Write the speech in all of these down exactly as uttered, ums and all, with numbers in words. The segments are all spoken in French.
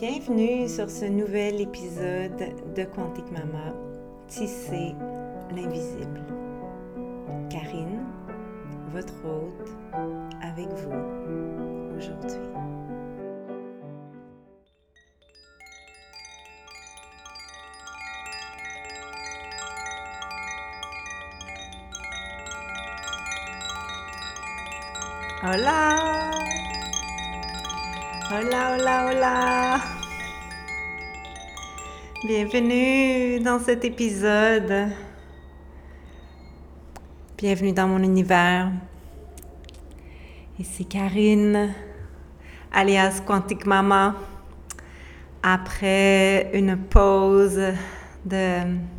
Bienvenue sur ce nouvel épisode de Quantique Mama, Tisser l'invisible. Karine, votre hôte, avec vous aujourd'hui. Hola! Hola, hola, hola! Bienvenue dans cet épisode. Bienvenue dans mon univers. Ici Karine, alias Quantique Mama. Après une pause de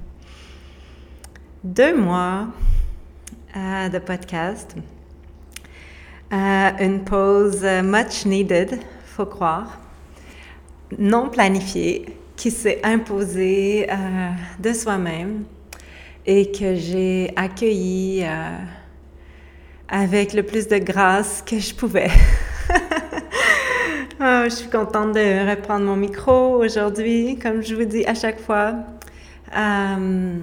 deux mois euh, de podcast. Euh, une pause much needed, faut croire, non planifiée, qui s'est imposée euh, de soi-même et que j'ai accueillie euh, avec le plus de grâce que je pouvais. Oh, je suis contente de reprendre mon micro aujourd'hui, comme je vous dis à chaque fois. Euh,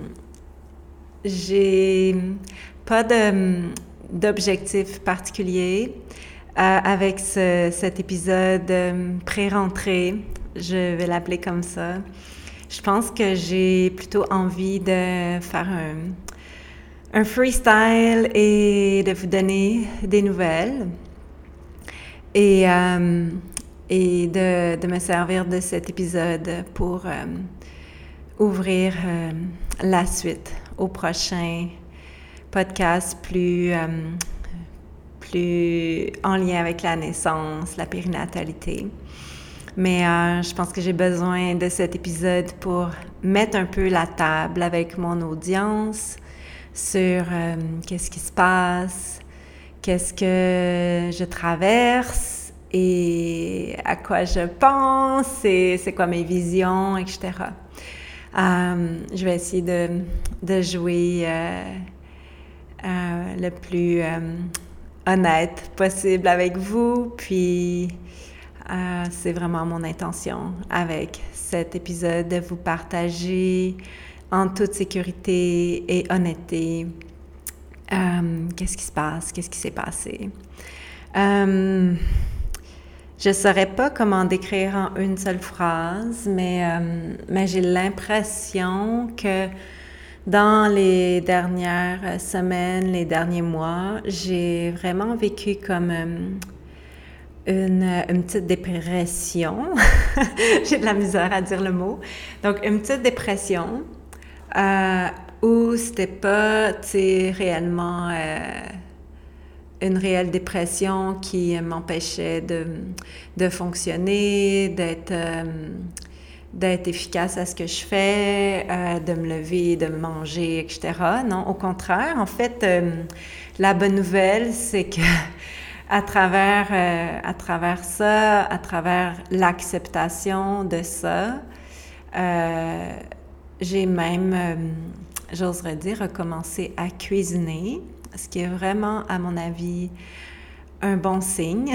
j'ai pas de d'objectif particulier euh, avec ce, cet épisode euh, pré-rentrée, je vais l'appeler comme ça. Je pense que j'ai plutôt envie de faire un, un freestyle et de vous donner des nouvelles et, euh, et de, de me servir de cet épisode pour euh, ouvrir euh, la suite au prochain podcast plus, euh, plus en lien avec la naissance, la périnatalité. Mais euh, je pense que j'ai besoin de cet épisode pour mettre un peu la table avec mon audience sur euh, qu'est-ce qui se passe, qu'est-ce que je traverse et à quoi je pense et c'est quoi mes visions, et cetera. Euh, je vais essayer de, de jouer euh, Euh, le plus euh, honnête possible avec vous, puis euh, c'est vraiment mon intention avec cet épisode de vous partager en toute sécurité et honnêteté euh, qu'est-ce qui se passe, qu'est-ce qui s'est passé. Euh, je ne saurais pas comment décrire en une seule phrase, mais, euh, mais j'ai l'impression que dans les dernières semaines, les derniers mois, j'ai vraiment vécu comme euh, une, une petite dépression. J'ai de la misère à dire le mot. Donc, une petite dépression euh, où c'était pas, tu sais, réellement euh, une réelle dépression qui m'empêchait de, de fonctionner, d'être... Euh, d'être efficace à ce que je fais, euh, de me lever, de manger, et cetera. Non, au contraire, en fait, euh, la bonne nouvelle, c'est que à travers, euh, à travers ça, à travers l'acceptation de ça, euh, j'ai même, euh, j'oserais dire, recommencé à cuisiner, ce qui est vraiment, à mon avis, un bon signe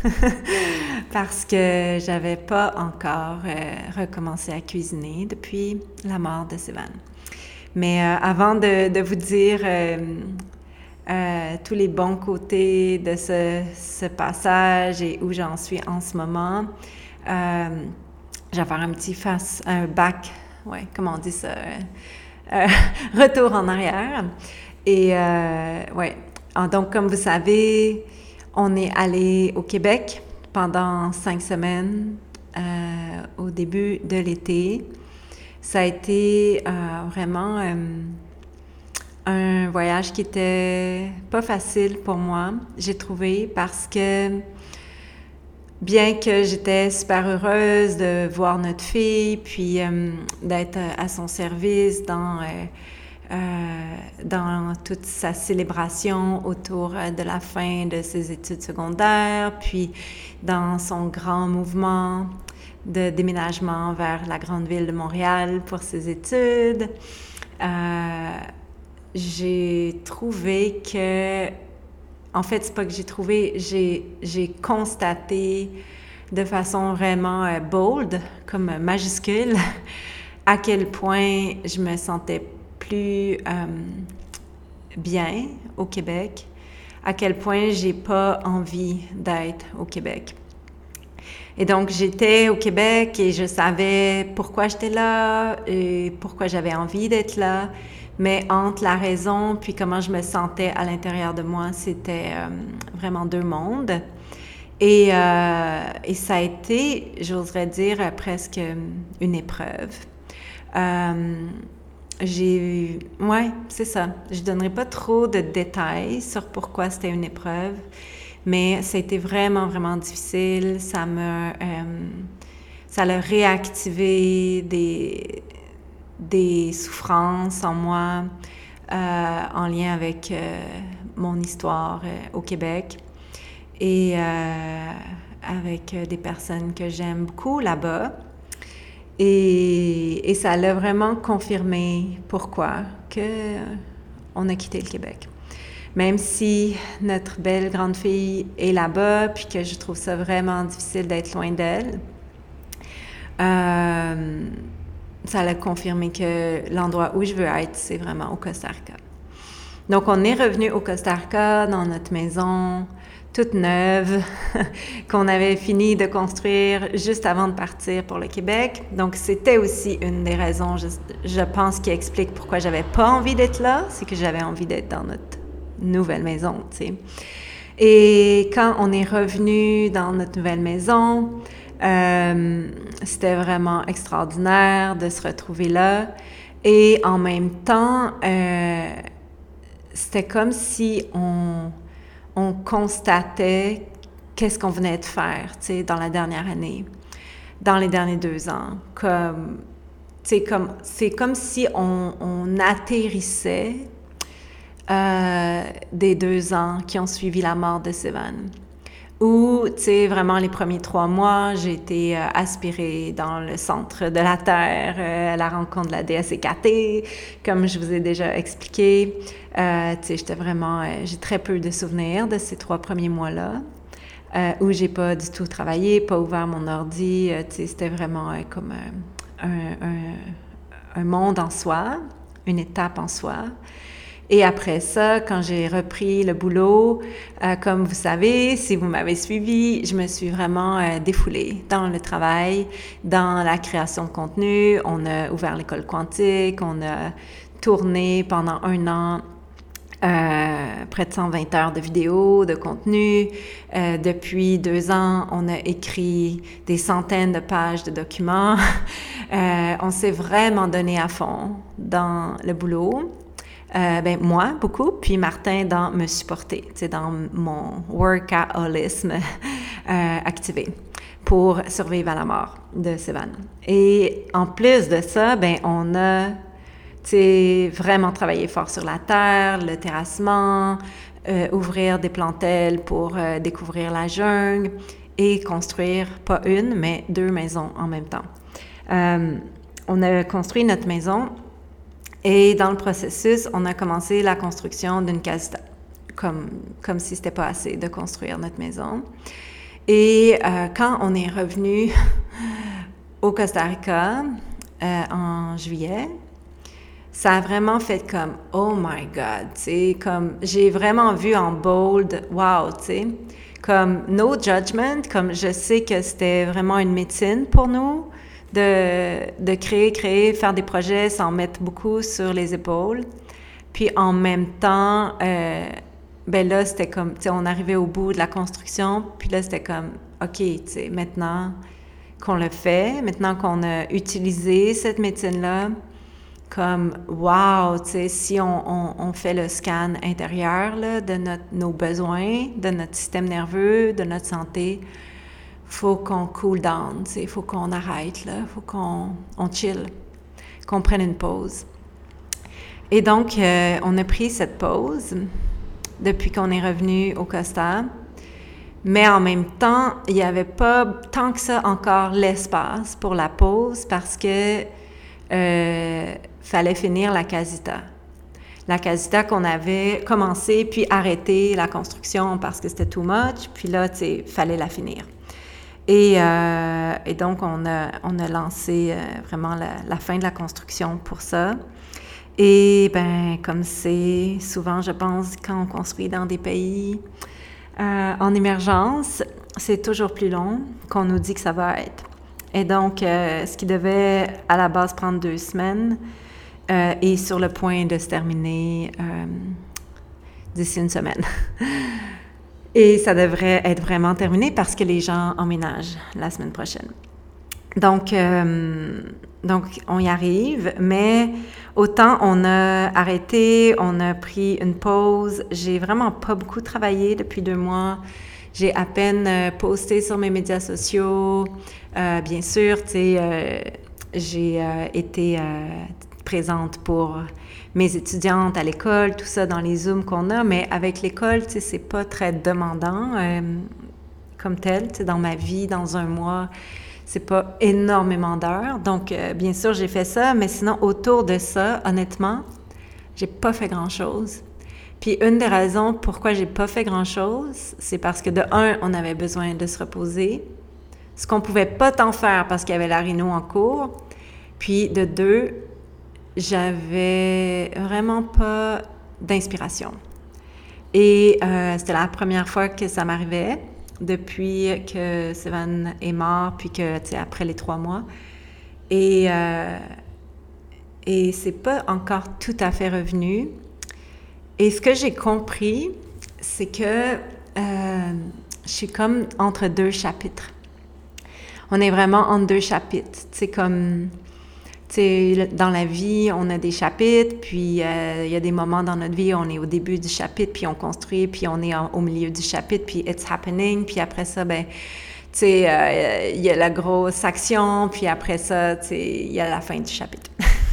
parce que j'avais pas encore euh, recommencé à cuisiner depuis la mort de Sévan. Mais euh, avant de, de vous dire euh, euh, tous les bons côtés de ce, ce passage et où j'en suis en ce moment, euh, je vais faire un petit face, un back, ouais, comment on dit ça, euh, euh, retour en arrière. Et euh, ouais, donc comme vous savez, on est allé au Québec pendant cinq semaines euh, au début de l'été. Ça a été euh, vraiment euh, un voyage qui était pas facile pour moi, j'ai trouvé, parce que bien que j'étais super heureuse de voir notre fille, puis euh, d'être à son service dans... Euh, Euh, dans toute sa célébration autour de la fin de ses études secondaires, puis dans son grand mouvement de déménagement vers la grande ville de Montréal pour ses études. Euh, j'ai trouvé que, en fait, c'est pas que j'ai trouvé, j'ai, j'ai constaté de façon vraiment euh, bold, comme euh, majuscule, à quel point je me sentais plus euh, bien au Québec, à quel point j'ai pas envie d'être au Québec. Et donc, j'étais au Québec et je savais pourquoi j'étais là et pourquoi j'avais envie d'être là. Mais entre la raison puis comment je me sentais à l'intérieur de moi, c'était euh, vraiment deux mondes. Et, euh, et ça a été, j'oserais dire, presque une épreuve. Euh, j'ai... Ouais, c'est ça. Je donnerai pas trop de détails sur pourquoi c'était une épreuve. Mais ça a été vraiment, vraiment difficile. Ça m'a, euh, ça a réactivé des, des souffrances en moi euh, en lien avec euh, mon histoire euh, au Québec et euh, avec des personnes que j'aime beaucoup là-bas. Et, et ça l'a vraiment confirmé pourquoi que on a quitté le Québec. Même si notre belle grande fille est là-bas, puis que je trouve ça vraiment difficile d'être loin d'elle, euh, ça l'a confirmé que l'endroit où je veux être, c'est vraiment au Costa Rica. Donc, on est revenu au Costa Rica, dans notre maison, toute neuve, qu'on avait fini de construire juste avant de partir pour le Québec. Donc, c'était aussi une des raisons, je, je pense, qui explique pourquoi j'avais pas envie d'être là, c'est que j'avais envie d'être dans notre nouvelle maison, tu sais. Et quand on est revenu dans notre nouvelle maison, euh, c'était vraiment extraordinaire de se retrouver là. Et en même temps, euh, c'était comme si on, on constatait qu'est-ce qu'on venait de faire, tu sais, dans la dernière année, dans les derniers deux ans. Comme, tu sais, comme, c'est comme si on, on atterrissait Euh, des deux ans qui ont suivi la mort de Sivan. Où, tu sais, vraiment les premiers trois mois, j'ai été euh, aspirée dans le centre de la Terre, euh, à la rencontre de la déesse Hécatée, comme je vous ai déjà expliqué. Euh, tu sais, j'étais vraiment... Euh, j'ai très peu de souvenirs de ces trois premiers mois-là, euh, où j'ai pas du tout travaillé, pas ouvert mon ordi. Euh, tu sais, c'était vraiment euh, comme euh, un, un, un monde en soi, une étape en soi. Et après ça, quand j'ai repris le boulot, euh, comme vous savez, si vous m'avez suivi, je me suis vraiment euh, défoulée dans le travail, dans la création de contenu. On a ouvert l'école quantique, on a tourné pendant un an euh, près de cent vingt heures de vidéos, de contenu. Euh, depuis deux ans, on a écrit des centaines de pages de documents. euh, on s'est vraiment donné à fond dans le boulot. Euh, ben moi, beaucoup, puis Martin dans me supporter, tu sais, dans mon workaholisme euh, activé pour survivre à la mort de Sivan. Et en plus de ça, ben on a, tu sais, vraiment travaillé fort sur la terre, le terrassement, euh, ouvrir des plantelles pour euh, découvrir la jungle et construire pas une, mais deux maisons en même temps. Euh, on a construit notre maison. Et dans le processus, on a commencé la construction d'une casita, comme, comme si c'était pas assez de construire notre maison. Et euh, quand on est revenu au Costa Rica euh, en juillet, ça a vraiment fait comme « Oh my God », tu sais, comme j'ai vraiment vu en bold « Wow », tu sais, comme « No judgment », comme je sais que c'était vraiment une médecine pour nous, De, de créer, créer, faire des projets, s'en mettre beaucoup sur les épaules. Puis en même temps, euh, ben là, c'était comme, tu sais, on arrivait au bout de la construction, puis là, c'était comme, OK, tu sais, maintenant qu'on le fait, maintenant qu'on a utilisé cette médecine-là, comme, wow, tu sais, si on, on, on fait le scan intérieur là, de notre, nos besoins, de notre système nerveux, de notre santé, faut qu'on cool down, tu sais, faut qu'on arrête, là, faut qu'on on chill, qu'on prenne une pause. Et donc, euh, on a pris cette pause depuis qu'on est revenu au Costa, mais en même temps, il n'y avait pas tant que ça encore l'espace pour la pause parce que euh, fallait finir la casita. La casita qu'on avait commencé, puis arrêté la construction parce que c'était too much, puis là, tu sais, fallait la finir. Et, euh, et donc, on a, on a lancé euh, vraiment la, la fin de la construction pour ça. Et ben, comme c'est souvent, je pense, quand on construit dans des pays euh, en émergence, c'est toujours plus long qu'on nous dit que ça va être. Et donc, euh, ce qui devait à la base prendre deux semaines euh, est sur le point de se terminer euh, d'ici une semaine. Et ça devrait être vraiment terminé parce que les gens emménagent la semaine prochaine. Donc, euh, donc on y arrive, mais autant on a arrêté, on a pris une pause. J'ai vraiment pas beaucoup travaillé depuis deux mois. J'ai à peine euh, posté sur mes médias sociaux. Euh, bien sûr, tu sais, euh, j'ai euh, été euh, présente pour mes étudiantes à l'école, tout ça dans les Zooms qu'on a, mais avec l'école, tu sais, c'est pas très demandant euh, comme tel. Tu sais, dans ma vie, dans un mois, c'est pas énormément d'heures. Donc, euh, bien sûr, j'ai fait ça, mais sinon, autour de ça, honnêtement, j'ai pas fait grand-chose. Puis une des raisons pourquoi j'ai pas fait grand-chose, c'est parce que de un, on avait besoin de se reposer, ce qu'on pouvait pas tant faire parce qu'il y avait la rhino en cours. Puis de deux, j'avais vraiment pas d'inspiration. Et euh, c'était la première fois que ça m'arrivait depuis que Sevan est mort, puis que, tu sais, après les trois mois. Et, euh, et c'est pas encore tout à fait revenu. Et ce que j'ai compris, c'est que euh, je suis comme entre deux chapitres. On est vraiment entre deux chapitres. Tu sais, comme... Tu sais, dans la vie, on a des chapitres, puis euh, il y a des moments dans notre vie où on est au début du chapitre, puis on construit, puis on est en, au milieu du chapitre, puis it's happening, puis après ça, ben, tu sais, euh, il y a la grosse action, puis après ça, tu sais, il y a la fin du chapitre.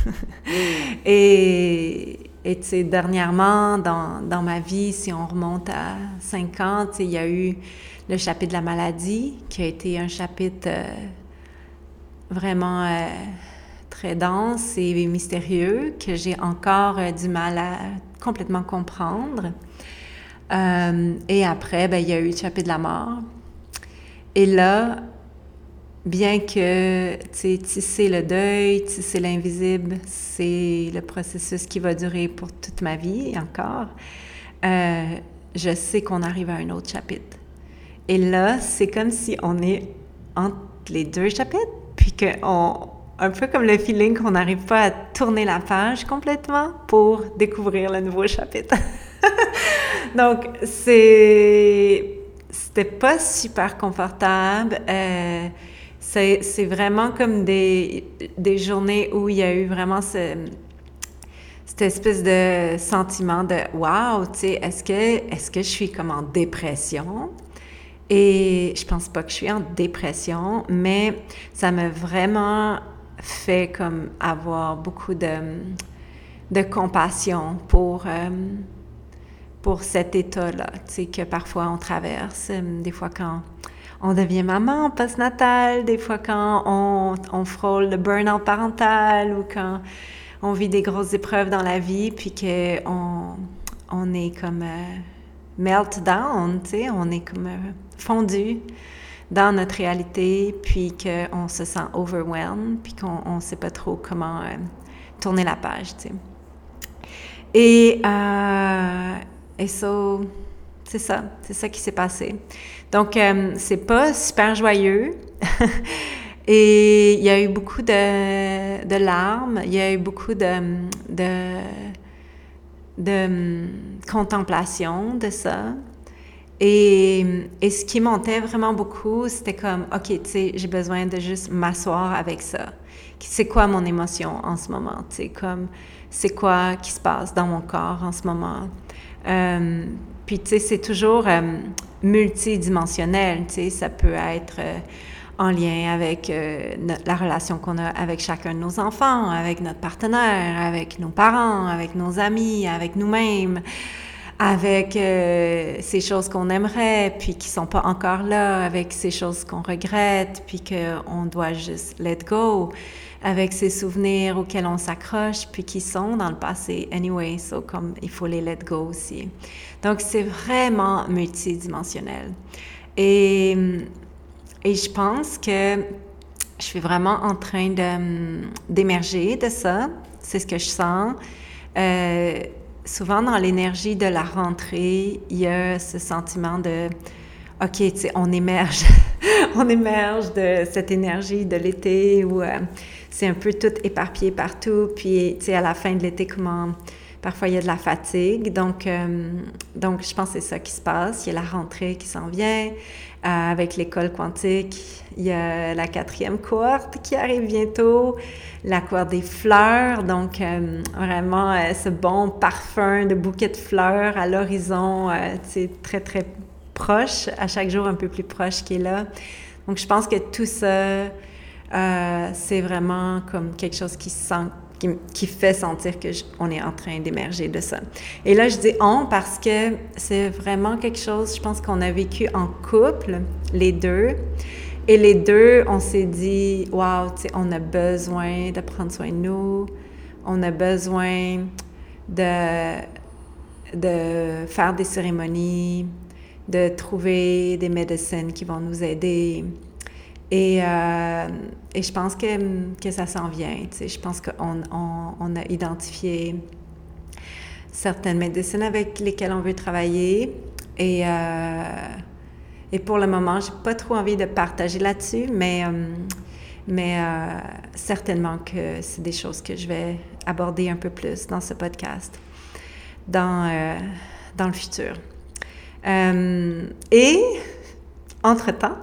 et, et tu sais, dernièrement, dans, dans ma vie, si on remonte à cinq ans, tu sais, il y a eu le chapitre de la maladie, qui a été un chapitre euh, vraiment... Euh, très dense et mystérieux, que j'ai encore euh, du mal à complètement comprendre. Euh, et après, ben, il y a eu le chapitre de la mort. Et là, bien que, tu sais, tisser le deuil, tisser l'invisible, c'est le processus qui va durer pour toute ma vie encore, euh, je sais qu'on arrive à un autre chapitre. Et là, c'est comme si on est entre les deux chapitres, puis qu'on... un peu comme le feeling qu'on n'arrive pas à tourner la page complètement pour découvrir le nouveau chapitre. Donc, c'est... c'était pas super confortable. Euh, c'est, c'est vraiment comme des, des journées où il y a eu vraiment ce, cette espèce de sentiment de « wow, tu sais, est-ce que, est-ce que je suis comme en dépression? » Et je pense pas que je suis en dépression, mais ça m'a vraiment... fait comme avoir beaucoup de, de compassion pour, euh, pour cet état-là, tu sais, que parfois on traverse. Des fois quand on devient maman post-natal, des fois quand on, on frôle le burn-out parental ou quand on vit des grosses épreuves dans la vie, puis qu'on on est comme euh, meltdown, tu sais, on est comme euh, fondu dans notre réalité, puis qu'on se sent overwhelmed, puis qu'on ne sait pas trop comment euh, tourner la page, tu sais. Et, euh, et so, c'est ça, c'est ça qui s'est passé. Donc, euh, c'est pas super joyeux. Et il y a eu beaucoup de, de larmes, il y a eu beaucoup de, de, de contemplation de ça. Et, et ce qui montait vraiment beaucoup, c'était comme, OK, tu sais, j'ai besoin de juste m'asseoir avec ça. C'est quoi mon émotion en ce moment? Tu sais, comme, c'est quoi qui se passe dans mon corps en ce moment? Euh, puis, tu sais, c'est toujours euh, multidimensionnel, tu sais, ça peut être euh, en lien avec euh, notre, la relation qu'on a avec chacun de nos enfants, avec notre partenaire, avec nos parents, avec nos amis, avec nous-mêmes, avec euh, ces choses qu'on aimerait, puis qui sont pas encore là, avec ces choses qu'on regrette, puis qu'on doit juste let go, avec ces souvenirs auxquels on s'accroche, puis qui sont dans le passé anyway, so comme il faut les let go aussi. Donc, c'est vraiment multidimensionnel. Et, et je pense que je suis vraiment en train de, d'émerger de ça. C'est ce que je sens. Euh, souvent, dans l'énergie de la rentrée, il y a ce sentiment de « OK, tu sais, on émerge. on émerge de cette énergie de l'été où euh, c'est un peu tout éparpillé partout. Puis, tu sais, à la fin de l'été, comment... Parfois, il y a de la fatigue. Donc, euh, donc, je pense que c'est ça qui se passe. Il y a la rentrée qui s'en vient. Euh, avec l'école quantique, il y a la quatrième cohorte qui arrive bientôt, la cohorte des fleurs. Donc, euh, vraiment, euh, ce bon parfum de bouquet de fleurs à l'horizon, euh, c'est très, très proche, à chaque jour un peu plus proche qui est là. Donc, je pense que tout ça, euh, c'est vraiment comme quelque chose qui sent Qui, qui fait sentir qu'on est en train d'émerger de ça. Et là, je dis « on » parce que c'est vraiment quelque chose, je pense qu'on a vécu en couple, les deux. Et les deux, on s'est dit « wow, tu sais, on a besoin de prendre soin de nous. On a besoin de, de faire des cérémonies, de trouver des médecines qui vont nous aider. » Et, euh, et je pense que, que ça s'en vient. Tu sais, je pense qu'on on, on a identifié certaines médecines avec lesquelles on veut travailler. Et, euh, et pour le moment, je n'ai pas trop envie de partager là-dessus, mais, euh, mais euh, certainement que c'est des choses que je vais aborder un peu plus dans ce podcast, dans, euh, dans le futur. Euh, et... Entre-temps,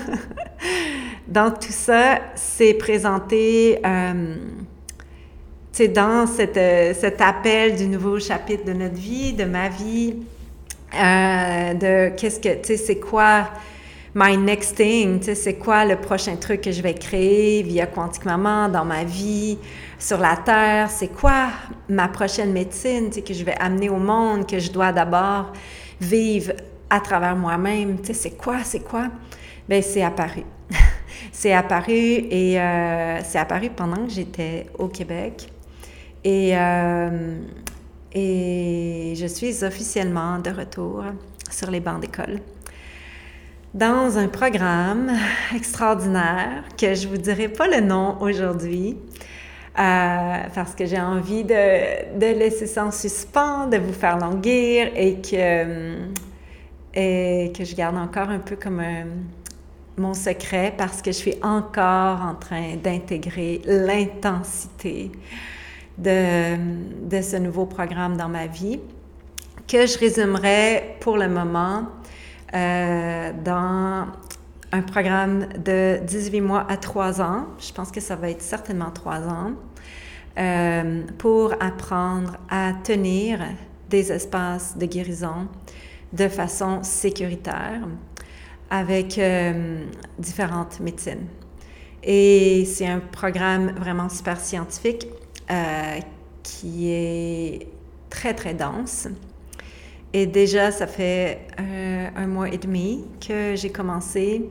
dans tout ça, c'est présenté, euh, tu sais, dans cette, euh, cet appel du nouveau chapitre de notre vie, de ma vie, euh, de qu'est-ce que, tu sais, c'est quoi my next thing, tu sais, c'est quoi le prochain truc que je vais créer via Quantique Maman dans ma vie, sur la Terre, c'est quoi ma prochaine médecine, tu sais, que je vais amener au monde, que je dois d'abord vivre à travers moi-même, tu sais, c'est quoi, c'est quoi? Bien, c'est apparu. c'est apparu et euh, c'est apparu pendant que j'étais au Québec. Et, euh, et je suis officiellement de retour sur les bancs d'école dans un programme extraordinaire que je ne vous dirai pas le nom aujourd'hui euh, parce que j'ai envie de, de laisser ça en suspens, de vous faire languir et que... et que je garde encore un peu comme un, mon secret parce que je suis encore en train d'intégrer l'intensité de, de ce nouveau programme dans ma vie, que je résumerai pour le moment euh, dans un programme de dix-huit mois à trois ans. Je pense que ça va être certainement trois ans, euh, pour apprendre à tenir des espaces de guérison de façon sécuritaire avec euh, différentes médecines. Et c'est un programme vraiment super scientifique euh, qui est très, très dense. Et déjà, ça fait euh, un mois et demi que j'ai commencé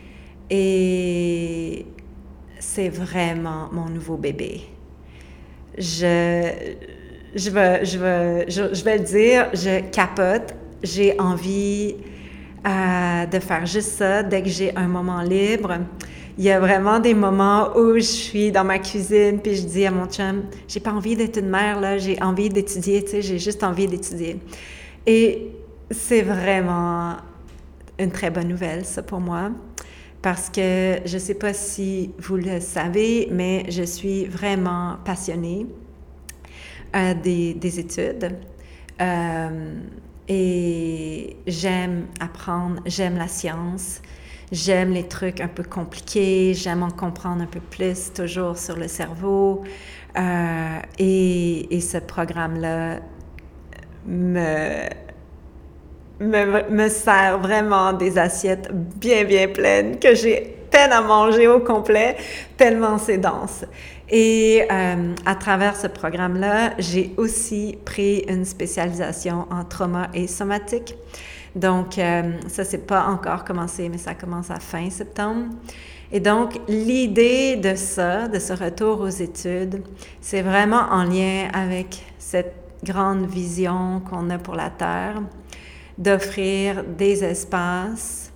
et c'est vraiment mon nouveau bébé. Je, je, vais, je, vais, je, je vais le dire, je capote. J'ai envie euh, de faire juste ça dès que j'ai un moment libre. Il y a vraiment des moments où je suis dans ma cuisine puis je dis à mon chum, j'ai pas envie d'être une mère, là, j'ai envie d'étudier, tu sais, j'ai juste envie d'étudier. Et c'est vraiment une très bonne nouvelle, ça, pour moi, parce que je sais pas si vous le savez, mais je suis vraiment passionnée euh, des, des études. Euh, Et j'aime apprendre, j'aime la science, j'aime les trucs un peu compliqués, j'aime en comprendre un peu plus, toujours sur le cerveau. Euh, et, et ce programme-là me, me, me sert vraiment des assiettes bien, bien pleines que j'ai peine à manger au complet, tellement c'est dense. Et euh, à travers ce programme-là, j'ai aussi pris une spécialisation en trauma et somatique. Donc, euh, ça, c'est pas encore commencé, mais ça commence à fin septembre. Et donc, l'idée de ça, de ce retour aux études, c'est vraiment en lien avec cette grande vision qu'on a pour la Terre, d'offrir des espaces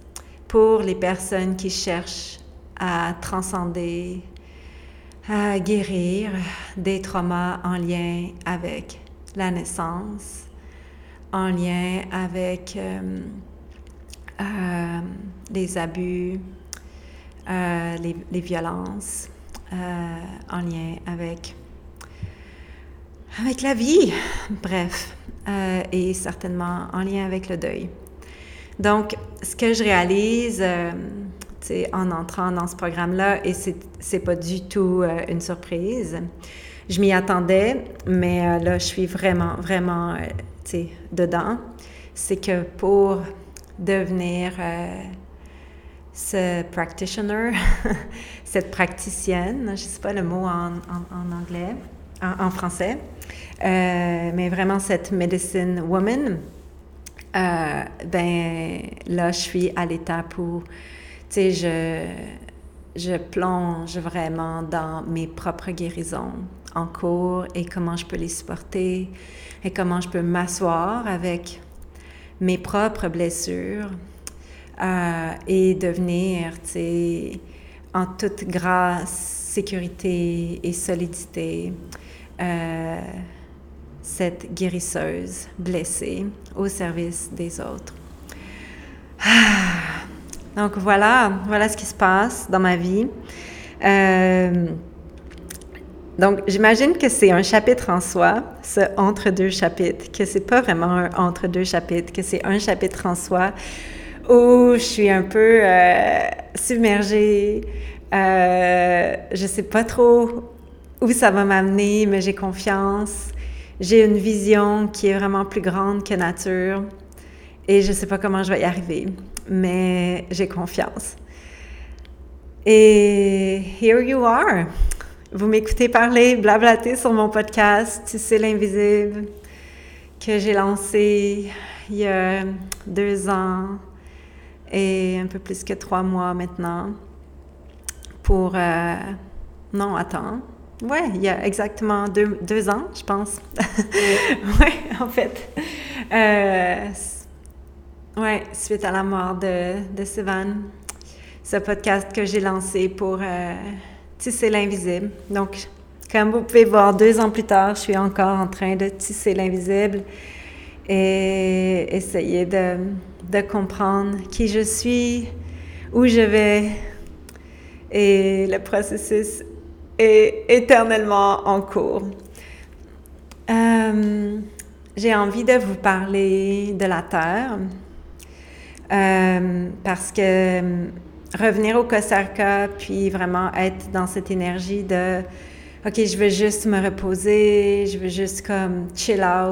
pour les personnes qui cherchent à transcender, à guérir des traumas en lien avec la naissance, en lien avec euh, euh, les abus, euh, les, les violences, euh, en lien avec, avec la vie, bref, euh, et certainement en lien avec le deuil. Donc, ce que je réalise euh, en entrant dans ce programme-là, et c'est, c'est pas du tout euh, une surprise, je m'y attendais, mais euh, là, je suis vraiment, vraiment, euh, tu sais, dedans, c'est que pour devenir euh, ce practitioner, cette praticienne, je ne sais pas le mot en, en, en anglais, en, en français, euh, mais vraiment cette medicine woman, euh, ben là, je suis à l'étape où, tu sais, je, je plonge vraiment dans mes propres guérisons en cours et comment je peux les supporter et comment je peux m'asseoir avec mes propres blessures euh, et devenir, tu sais, en toute grâce, sécurité et solidité, euh, cette guérisseuse blessée au service des autres. Ah. Donc voilà, voilà ce qui se passe dans ma vie. Euh, donc j'imagine que c'est un chapitre en soi, ce entre deux chapitres, que c'est pas vraiment un entre deux chapitres, que c'est un chapitre en soi où je suis un peu euh, submergée. Euh, je sais pas trop où ça va m'amener, mais j'ai confiance. J'ai une vision qui est vraiment plus grande que nature et je sais pas comment je vais y arriver, mais j'ai confiance. Et here you are. Vous m'écoutez parler, blablater sur mon podcast Tisser l'invisible que j'ai lancé il y a deux ans et un peu plus que trois mois maintenant pour... Euh, non, attends. Ouais, il y a exactement deux, deux ans, je pense. Ouais, en fait. Euh, ouais, suite à la mort de, de Sivan. Ce podcast que j'ai lancé pour euh, tisser l'invisible. Donc, comme vous pouvez voir, deux ans plus tard, je suis encore en train de tisser l'invisible et essayer de, de comprendre qui je suis, où je vais. Et le processus est éternellement en cours. Euh, j'ai envie de vous parler de la Terre euh, parce que revenir au Kosarka puis vraiment être dans cette énergie de « OK, je veux juste me reposer, je veux juste comme chill out »,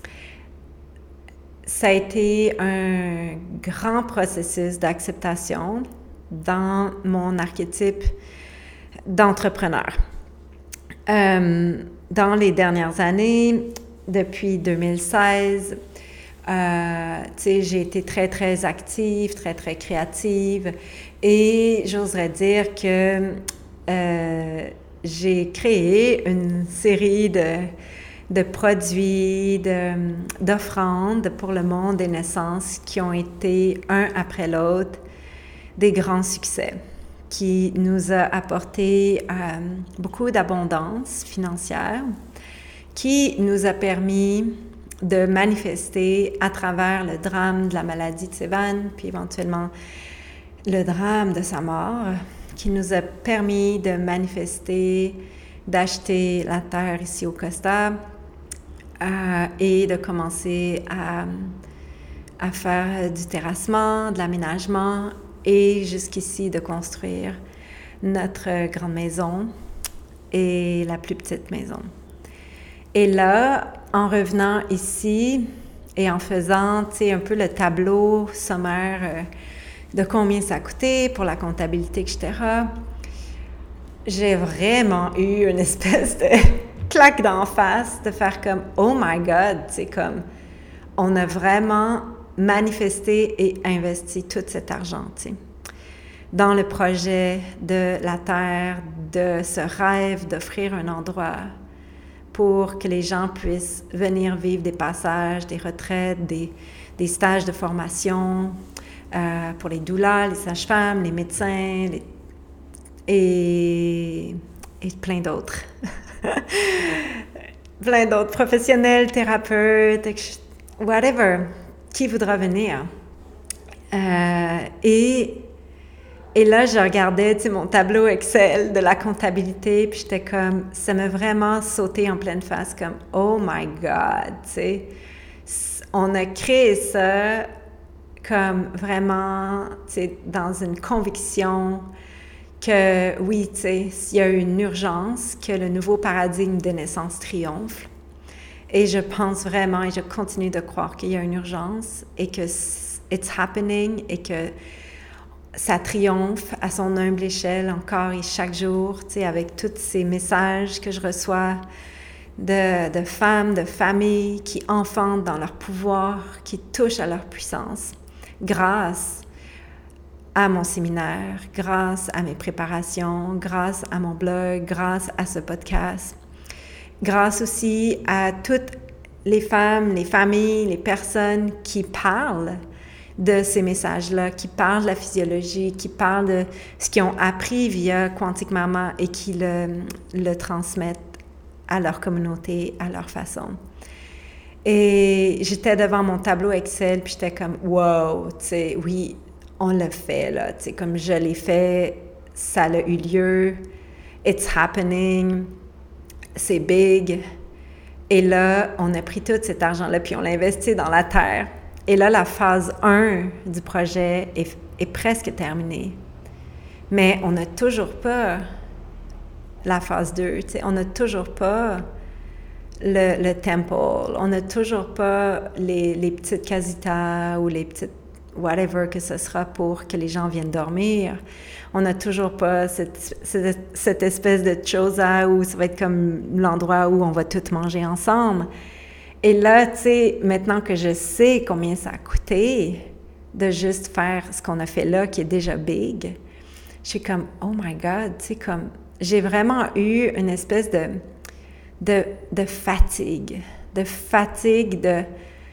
ça a été un grand processus d'acceptation dans mon archétype d'entrepreneur. Euh, dans les dernières années, depuis deux mille seize, euh, tu sais, j'ai été très, très active, très, très créative et j'oserais dire que euh, j'ai créé une série de, de produits, de, d'offrandes pour le monde des naissances qui ont été, un après l'autre, des grands succès, qui nous a apporté euh, beaucoup d'abondance financière, qui nous a permis de manifester à travers le drame de la maladie de Sivan, puis éventuellement le drame de sa mort, qui nous a permis de manifester, d'acheter la terre ici au Costa euh, et de commencer à, à faire du terrassement, de l'aménagement et jusqu'ici de construire notre grande maison et la plus petite maison. Et là, en revenant ici et en faisant, tu sais, un peu le tableau sommaire euh, de combien ça a coûté pour la comptabilité, et cetera, j'ai vraiment eu une espèce de claque d'en face de faire comme « Oh my God », c'est comme on a vraiment manifesté et investi tout cet argent, tu sais, dans le projet de la Terre, de ce rêve d'offrir un endroit pour que les gens puissent venir vivre des passages, des retraites, des, des stages de formation, euh, pour les doulas, les sages-femmes, les médecins les... Et... et plein d'autres. plein d'autres professionnels, thérapeutes, whatever, qui voudra venir. Euh, et, et là, je regardais, tu sais, mon tableau Excel de la comptabilité, puis j'étais comme, ça m'a vraiment sauté en pleine face, comme, oh my God, tu sais, on a créé ça comme vraiment, tu sais, dans une conviction que oui, tu sais, il y a une urgence, que le nouveau paradigme de naissance triomphe. Et je pense vraiment, et je continue de croire qu'il y a une urgence et que it's happening et que ça triomphe à son humble échelle encore et chaque jour, tu sais, avec tous ces messages que je reçois de, de femmes, de familles qui enfantent dans leur pouvoir, qui touchent à leur puissance, grâce à mon séminaire, grâce à mes préparations, grâce à mon blog, grâce à ce podcast, grâce aussi à toutes les femmes, les familles, les personnes qui parlent de ces messages-là, qui parlent de la physiologie, qui parlent de ce qu'ils ont appris via Quantique Mama et qui le, le transmettent à leur communauté, à leur façon. Et j'étais devant mon tableau Excel, puis j'étais comme « wow », tu sais, oui, on l'a fait, là, tu sais, comme je l'ai fait, ça a eu lieu, it's happening, c'est big. Et là, on a pris tout cet argent-là, puis on l'a investi dans la terre. Et là, la phase un du projet est, est presque terminée. Mais on n'a toujours pas la phase deux, tu sais, on n'a toujours pas le, le temple, on n'a toujours pas les, les petites casitas ou les petites whatever que ce sera pour que les gens viennent dormir. On n'a toujours pas cette, cette, cette espèce de choza où ça va être comme l'endroit où on va tout manger ensemble. Et là, tu sais, maintenant que je sais combien ça a coûté de juste faire ce qu'on a fait là, qui est déjà big, je suis comme, oh my God, tu sais, comme, j'ai vraiment eu une espèce de, de, de fatigue, de fatigue, de,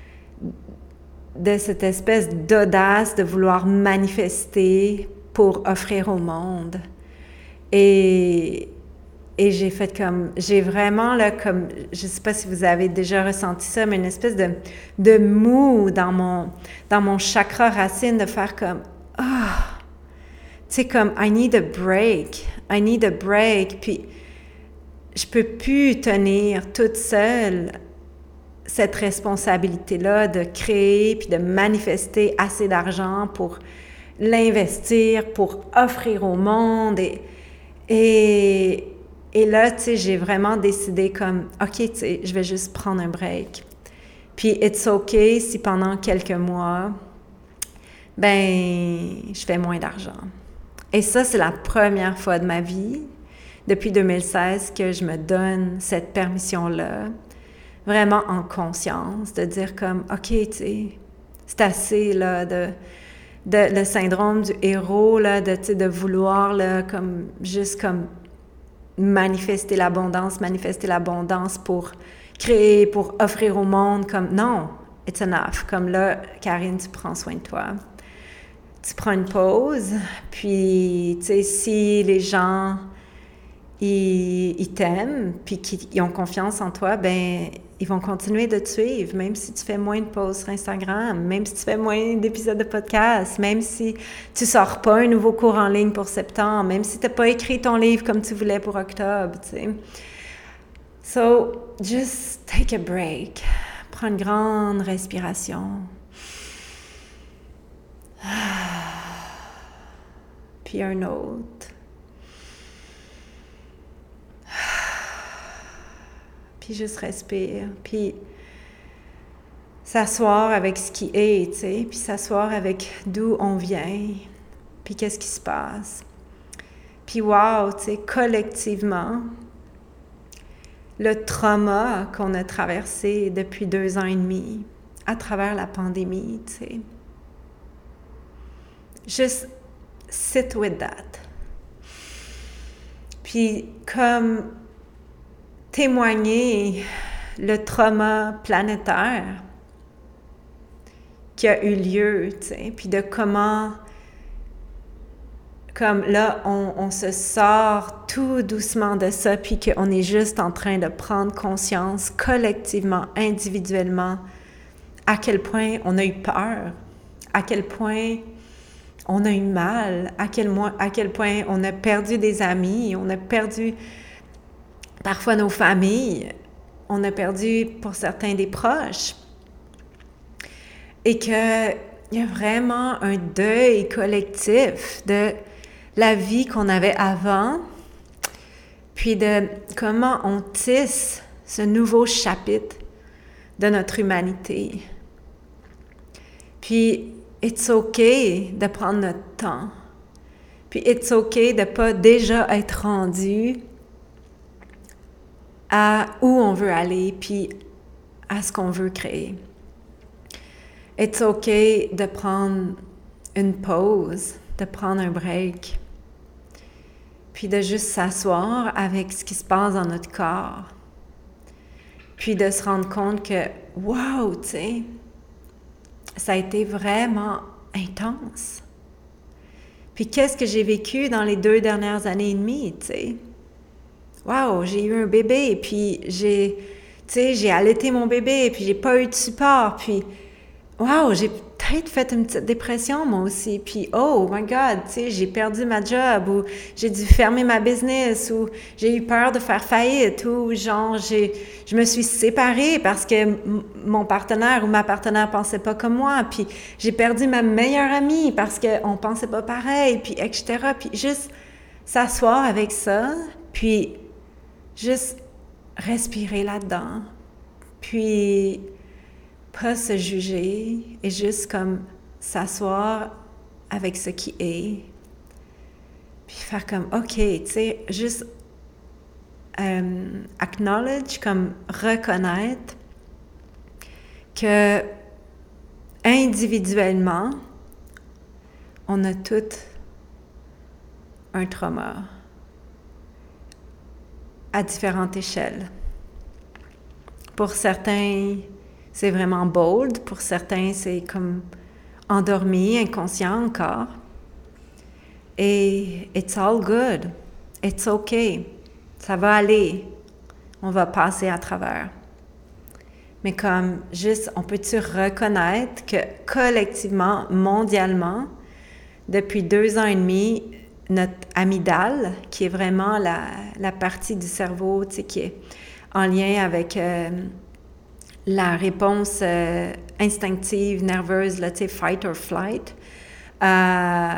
de cette espèce d'audace de vouloir manifester pour offrir au monde. Et, et j'ai fait comme, j'ai vraiment là comme, je sais pas si vous avez déjà ressenti ça, mais une espèce de, de mou dans mon, dans mon chakra racine de faire comme, ah, oh, tu sais, comme, I need a break, I need a break, puis je peux plus tenir toute seule cette responsabilité-là de créer puis de manifester assez d'argent pour l'investir, pour offrir au monde. Et, et, et là, tu sais, j'ai vraiment décidé comme, OK, tu sais, je vais juste prendre un break. Puis, it's OK si pendant quelques mois, ben, je fais moins d'argent. Et ça, c'est la première fois de ma vie, depuis deux mille seize, que je me donne cette permission-là, vraiment en conscience, de dire comme, OK, tu sais, c'est assez, là, de, de, le syndrome du héros, là, de, tu sais, de vouloir, là, comme, juste comme manifester l'abondance, manifester l'abondance pour créer, pour offrir au monde, comme, non, it's enough. Comme là, Karine, tu prends soin de toi. Tu prends une pause, puis, tu sais, si les gens, ils, ils t'aiment, puis qu'ils ont confiance en toi, ben ils vont continuer de te suivre, même si tu fais moins de posts sur Instagram, même si tu fais moins d'épisodes de podcast, même si tu sors pas un nouveau cours en ligne pour septembre, même si tu n'as pas écrit ton livre comme tu voulais pour octobre, tu sais. So, just take a break. Prends une grande respiration. Puis un autre. Puis juste respire, puis s'asseoir avec ce qui est, tu sais, puis s'asseoir avec d'où on vient, puis qu'est-ce qui se passe. Puis wow, tu sais, collectivement, le trauma qu'on a traversé depuis deux ans et demi, à travers la pandémie, tu sais. Juste sit with that. Puis comme témoigner le trauma planétaire qui a eu lieu, tu sais, puis de comment, comme là, on, on se sort tout doucement de ça, puis qu'on est juste en train de prendre conscience collectivement, individuellement, à quel point on a eu peur, à quel point on a eu mal, à quel, à quel point on a perdu des amis, on a perdu parfois nos familles, on a perdu pour certains des proches. Et qu'il y a vraiment un deuil collectif de la vie qu'on avait avant, puis de comment on tisse ce nouveau chapitre de notre humanité. Puis, it's OK de prendre notre temps. Puis, it's OK de ne pas déjà être rendu à où on veut aller, puis à ce qu'on veut créer. It's OK de prendre une pause, de prendre un break, puis de juste s'asseoir avec ce qui se passe dans notre corps, puis de se rendre compte que, wow, tu sais, ça a été vraiment intense. Puis qu'est-ce que j'ai vécu dans les deux dernières années et demie, tu sais? Wow, j'ai eu un bébé, puis j'ai, tu sais, j'ai allaité mon bébé, puis j'ai pas eu de support, puis wow, j'ai peut-être fait une petite dépression, moi aussi. Puis, oh my God, tu sais, j'ai perdu ma job, ou j'ai dû fermer ma business, ou j'ai eu peur de faire faillite, ou genre, j'ai, je me suis séparée parce que m- mon partenaire ou ma partenaire pensait pas comme moi. Puis, j'ai perdu ma meilleure amie parce qu'on pensait pas pareil, puis et cetera. Puis, juste s'asseoir avec ça, puis juste respirer là-dedans. Puis pas se juger et juste comme s'asseoir avec ce qui est, puis faire comme OK, tu sais, juste euh, acknowledge, comme reconnaître que individuellement on a tout un trauma à différentes échelles. Pour certains, c'est vraiment bold. Pour certains, c'est comme endormi, inconscient encore. Et it's all good. It's okay. Ça va aller. On va passer à travers. Mais comme juste, on peut-tu reconnaître que collectivement, mondialement, depuis deux ans et demi, notre amygdale, qui est vraiment la, la partie du cerveau, tu sais, qui est en lien avec euh, la réponse euh, instinctive, nerveuse, là, tu sais, fight or flight, euh,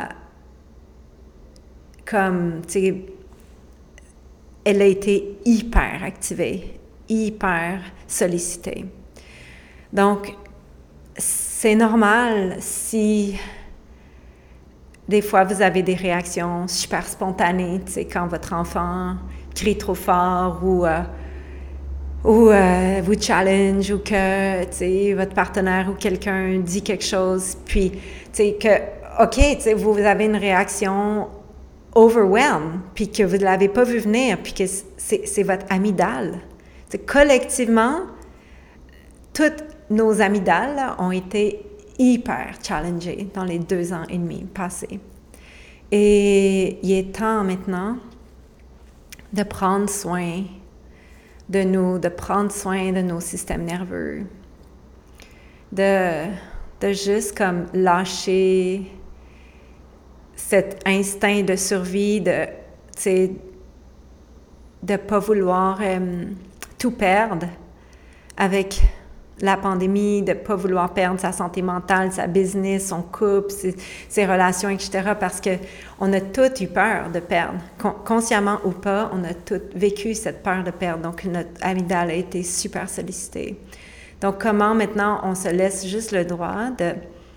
comme, tu sais, elle a été hyper activée, hyper sollicitée. Donc, c'est normal si des fois vous avez des réactions super spontanées, tu sais, quand votre enfant crie trop fort ou... Euh, ou euh, vous challenge, ou que, tu sais, votre partenaire ou quelqu'un dit quelque chose, puis, tu sais, que, OK, tu sais, vous avez une réaction overwhelm, puis que vous ne l'avez pas vu venir, puis que c'est, c'est votre amygdale. Tu sais, collectivement, toutes nos amygdales là, ont été hyper challengées dans les deux ans et demi passés. Et il est temps maintenant de prendre soin de nous, de prendre soin de nos systèmes nerveux, de, de juste comme lâcher cet instinct de survie, de, tu sais, de pas vouloir euh, tout perdre avec la pandémie, de pas vouloir perdre sa santé mentale, sa business, son couple, ses, ses relations, et cetera, parce que on a tous eu peur de perdre. Con- consciemment ou pas, on a tous vécu cette peur de perdre. Donc, notre amygdale a été super sollicitée. Donc, comment maintenant on se laisse juste le droit de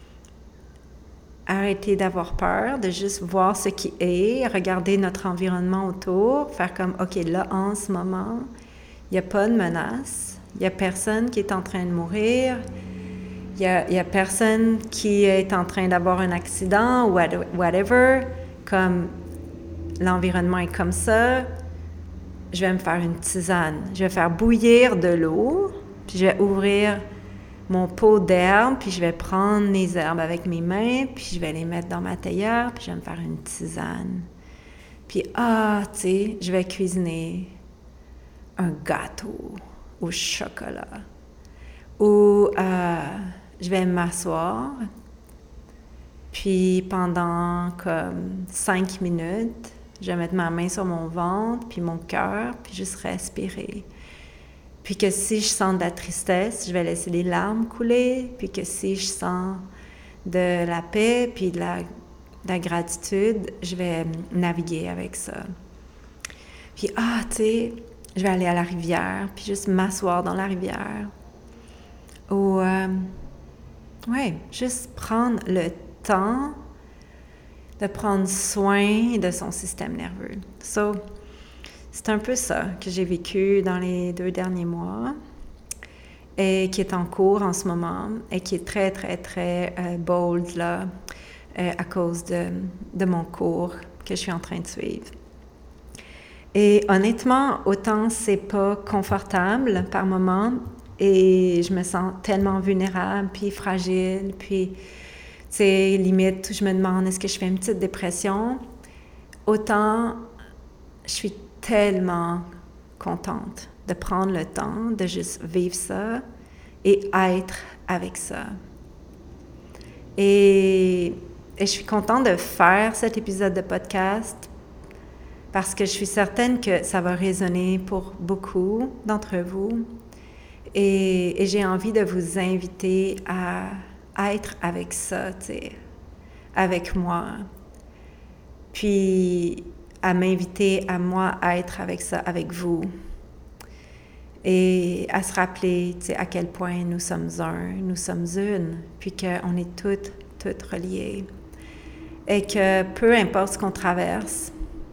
arrêter d'avoir peur, de juste voir ce qui est, regarder notre environnement autour, faire comme, OK, là, en ce moment, il n'y a pas de menace. Il n'y a personne qui est en train de mourir. Il n'y a, a personne qui est en train d'avoir un accident ou whatever. Comme l'environnement est comme ça, je vais me faire une tisane. Je vais faire bouillir de l'eau, puis je vais ouvrir mon pot d'herbe, puis je vais prendre les herbes avec mes mains, puis je vais les mettre dans ma théière, puis je vais me faire une tisane. Puis, ah, tu sais, je vais cuisiner un gâteau au chocolat. Ou euh, je vais m'asseoir, puis pendant comme cinq minutes, je vais mettre ma main sur mon ventre, puis mon cœur, puis juste respirer. Puis que si je sens de la tristesse, je vais laisser les larmes couler, puis que si je sens de la paix, puis de la, de la gratitude, je vais naviguer avec ça. Puis, ah, tu sais, je vais aller à la rivière, puis juste m'asseoir dans la rivière. Ou, euh, ouais, juste prendre le temps de prendre soin de son système nerveux. So, c'est un peu ça que j'ai vécu dans les deux derniers mois et qui est en cours en ce moment et qui est très, très, très euh, bold là, euh, à cause de, de mon cours que je suis en train de suivre. Et honnêtement, autant c'est pas confortable par moments et je me sens tellement vulnérable, puis fragile, puis, tu sais, limite, je me demande est-ce que je fais une petite dépression, autant je suis tellement contente de prendre le temps de juste vivre ça et être avec ça. Et, et je suis contente de faire cet épisode de podcast parce que je suis certaine que ça va résonner pour beaucoup d'entre vous. Et, et j'ai envie de vous inviter à, à être avec ça, tu sais, avec moi. Puis à m'inviter à moi à être avec ça, avec vous. Et à se rappeler, tu sais, à quel point nous sommes un, nous sommes une, puis qu'on est toutes, toutes reliées. Et que peu importe ce qu'on traverse,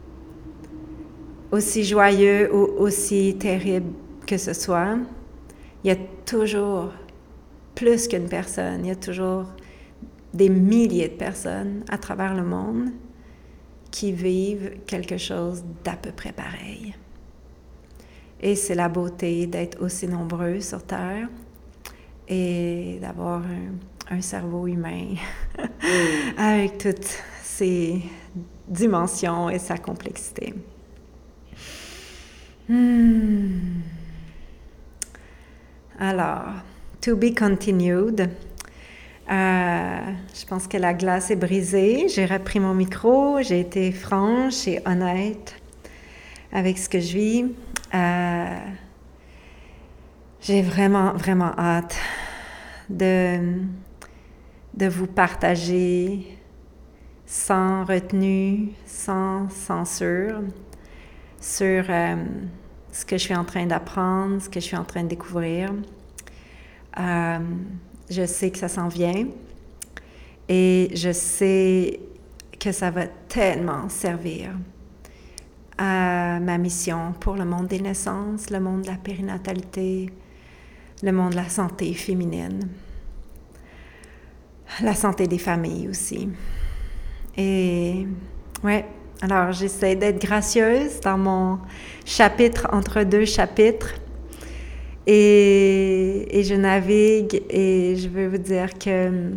aussi joyeux ou aussi terrible que ce soit, il y a toujours plus qu'une personne, il y a toujours des milliers de personnes à travers le monde qui vivent quelque chose d'à peu près pareil. Et c'est la beauté d'être aussi nombreux sur Terre et d'avoir un, un cerveau humain avec toutes ses dimensions et sa complexité. Hmm. Alors, to be continued. Euh, je pense que la glace est brisée. J'ai repris mon micro. J'ai été franche et honnête avec ce que je vis. Euh, j'ai vraiment, vraiment hâte de, de vous partager sans retenue, sans censure sur euh, ce que je suis en train d'apprendre, ce que je suis en train de découvrir. Euh, je sais que ça s'en vient et je sais que ça va tellement servir à ma mission pour le monde des naissances, le monde de la périnatalité, le monde de la santé féminine, la santé des familles aussi. Et ouais, alors j'essaie d'être gracieuse dans mon chapitre entre deux chapitres et, et je navigue et je veux vous dire que,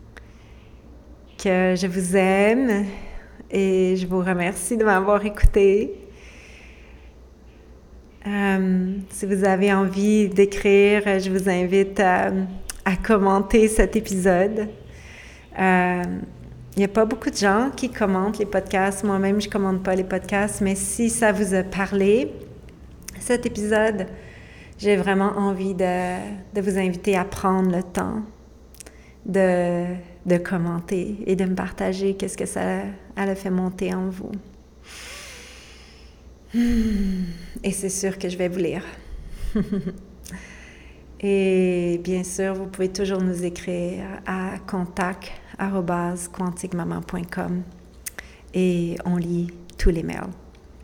que je vous aime et je vous remercie de m'avoir écouté. Euh, si vous avez envie d'écrire, je vous invite à, à commenter cet épisode. Euh, Il n'y a pas beaucoup de gens qui commentent les podcasts. Moi-même, je ne commente pas les podcasts, mais si ça vous a parlé, cet épisode, j'ai vraiment envie de, de vous inviter à prendre le temps de, de commenter et de me partager qu'est-ce que ça elle a fait monter en vous. Et c'est sûr que je vais vous lire. Et bien sûr, vous pouvez toujours nous écrire à contact arobase quantique maman point com et on lit tous les mails.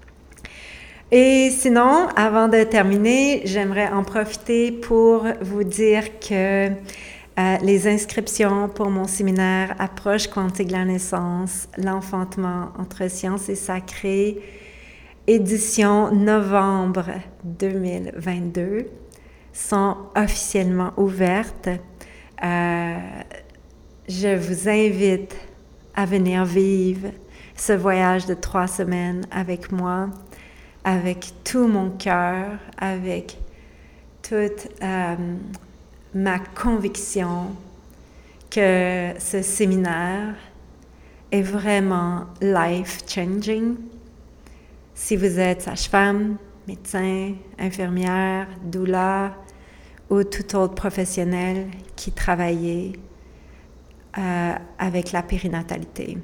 Et sinon, avant de terminer, j'aimerais en profiter pour vous dire que euh, les inscriptions pour mon séminaire Approche quantique de la naissance, l'enfantement entre science et sacré, édition novembre deux mille vingt-deux, sont officiellement ouvertes. Euh, je vous invite à venir vivre ce voyage de trois semaines avec moi, avec tout mon cœur, avec toute euh, ma conviction que ce séminaire est vraiment life-changing. Si vous êtes sage-femme, médecin, infirmière, doula ou tout autre professionnel qui travaille euh, avec la périnatalité.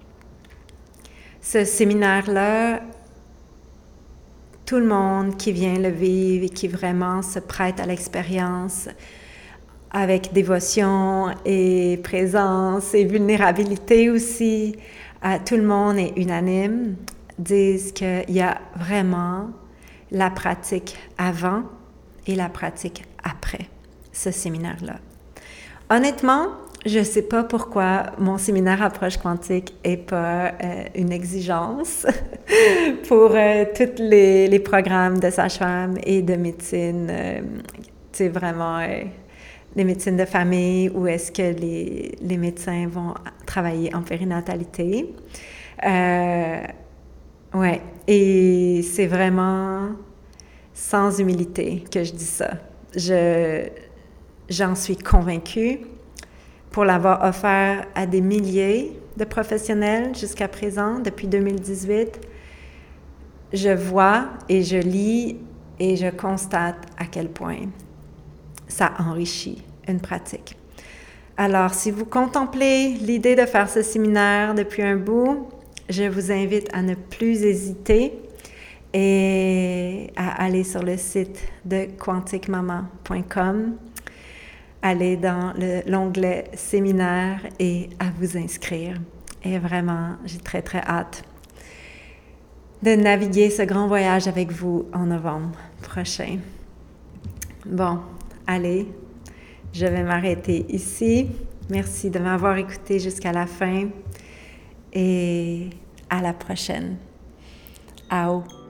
Ce séminaire-là, tout le monde qui vient le vivre et qui vraiment se prête à l'expérience avec dévotion et présence et vulnérabilité aussi, euh, tout le monde est unanime, disent qu'il y a vraiment la pratique avant et la pratique après ce séminaire-là. Honnêtement, je ne sais pas pourquoi mon séminaire Approche quantique n'est pas euh, une exigence pour euh, tous les, les programmes de sage-femme et de médecine, euh, tu sais, vraiment euh, les médecines de famille, où est-ce que les, les médecins vont travailler en périnatalité. Euh, ouais, et c'est vraiment sans humilité que je dis ça. Je, j'en suis convaincue. Pour l'avoir offert à des milliers de professionnels jusqu'à présent, depuis deux mille dix-huit, je vois et je lis et je constate à quel point ça enrichit une pratique. Alors, si vous contemplez l'idée de faire ce séminaire depuis un bout, je vous invite à ne plus hésiter et à aller sur le site de quantique mama point com, aller dans le, l'onglet séminaire et à vous inscrire. Et vraiment, j'ai très, très hâte de naviguer ce grand voyage avec vous en novembre prochain. Bon, allez, je vais m'arrêter ici. Merci de m'avoir écouté jusqu'à la fin et à la prochaine. Ao.